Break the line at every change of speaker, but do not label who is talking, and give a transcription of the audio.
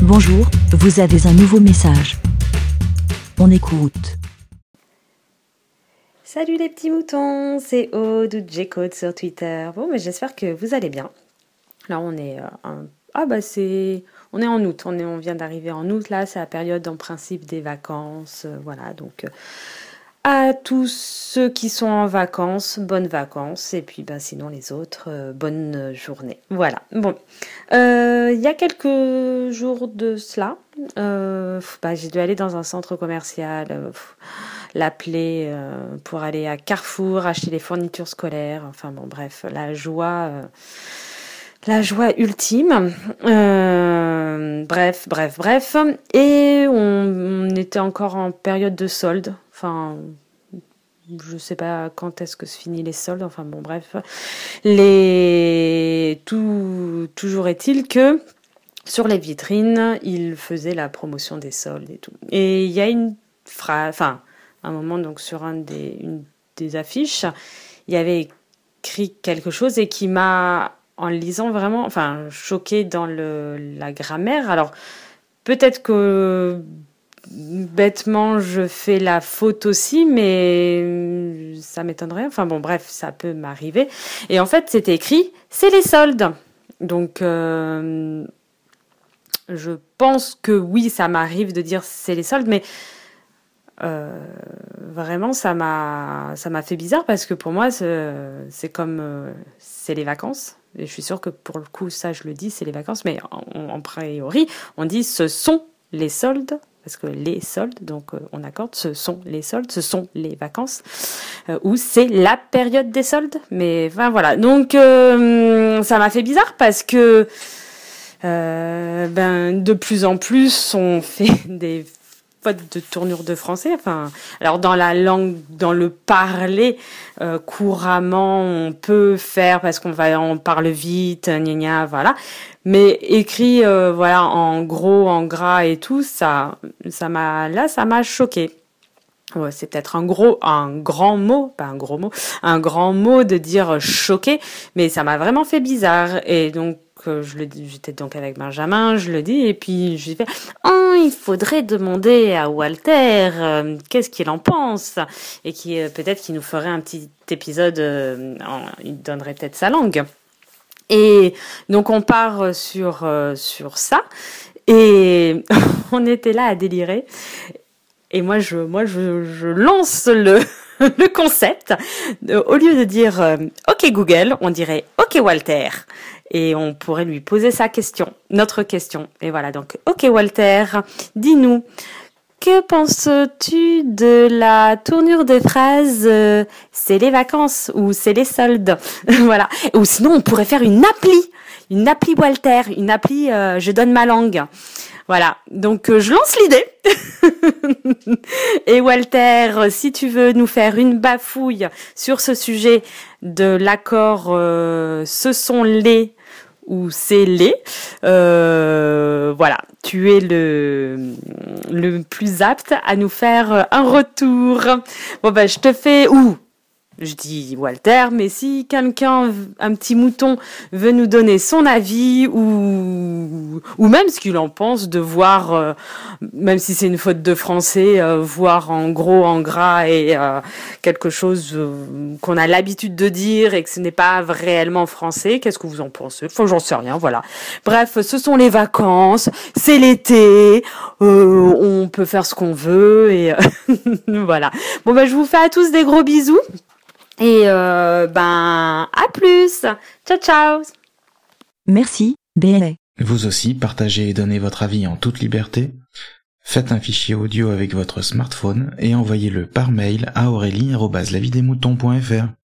Bonjour, vous avez un nouveau message. On écoute.
Salut les petits moutons, c'est Aude ou J-Code sur Twitter. Bon, mais j'espère que vous allez bien. Là, on est on est en août. On vient d'arriver en août. Là, c'est la période en principe des vacances. Voilà, donc à tous ceux qui sont en vacances, bonnes vacances. Et puis, sinon les autres, bonne journée. Voilà. Bon, il y a quelques jours de cela, j'ai dû aller dans un centre commercial. L'appeler pour aller à Carrefour, acheter des fournitures scolaires, enfin bon bref, la joie ultime. Bref. Et on était encore en période de solde, enfin je sais pas quand est-ce que se finit les soldes, enfin bon bref. Toujours est-il que sur les vitrines, ils faisaient la promotion des soldes et tout. Et il y a une phrase, un moment, donc sur une des affiches, il y avait écrit quelque chose et qui m'a, en le lisant vraiment, choquée dans la grammaire. Alors, peut-être que bêtement, je fais la faute aussi, mais ça m'étonnerait. Enfin bon, bref, ça peut m'arriver. Et en fait, c'était écrit « c'est les soldes ». Donc, je pense que oui, ça m'arrive de dire « c'est les soldes », mais vraiment ça m'a fait bizarre parce que pour moi c'est comme c'est les vacances, et je suis sûre que pour le coup ça je le dis, c'est les vacances, mais en priori on dit ce sont les soldes, parce que les soldes, donc on accorde, ce sont les soldes, ce sont les vacances, ou c'est la période des soldes, mais voilà, donc ça m'a fait bizarre parce que de plus en plus on fait des faute de tournure de français, alors dans la langue, dans le parler, couramment, on peut faire parce on parle vite, voilà. Mais écrit, en gros, en gras et tout, ça m'a choqué. Ouais, c'est peut-être un grand mot de dire choqué, mais ça m'a vraiment fait bizarre. Et donc, j'étais donc avec Benjamin, je le dis, et puis je lui fais il faudrait demander à Walter qu'est-ce qu'il en pense, et peut-être qu'il nous ferait un petit épisode, il donnerait peut-être sa langue. Et donc on part sur ça, et on était là à délirer. Et moi je lance le concept. Au lieu de dire OK Google, on dirait OK Walter. Et on pourrait lui poser notre question. Et voilà, donc OK Walter, dis-nous, que penses-tu de la tournure de phrase c'est les vacances ou c'est les soldes? Voilà. Ou sinon on pourrait faire une appli Walter, une appli je donne ma langue. Voilà, donc je lance l'idée. Et Walter, si tu veux nous faire une bafouille sur ce sujet de l'accord ce sont les ou c'est les, voilà, tu es le plus apte à nous faire un retour. Bon je te fais je dis Walter, mais si quelqu'un, un petit mouton, veut nous donner son avis ou même ce qu'il en pense de voir, même si c'est une faute de français, voir en gros, en gras et quelque chose qu'on a l'habitude de dire et que ce n'est pas réellement français, qu'est-ce que vous en pensez? J'en sais rien, voilà. Bref, ce sont les vacances, c'est l'été, on peut faire ce qu'on veut et voilà. Bon je vous fais à tous des gros bisous. Et à plus. Ciao.
Merci, BLA.
Vous aussi, partagez et donnez votre avis en toute liberté. Faites un fichier audio avec votre smartphone et envoyez-le par mail à aurélie@lavidemouton.fr.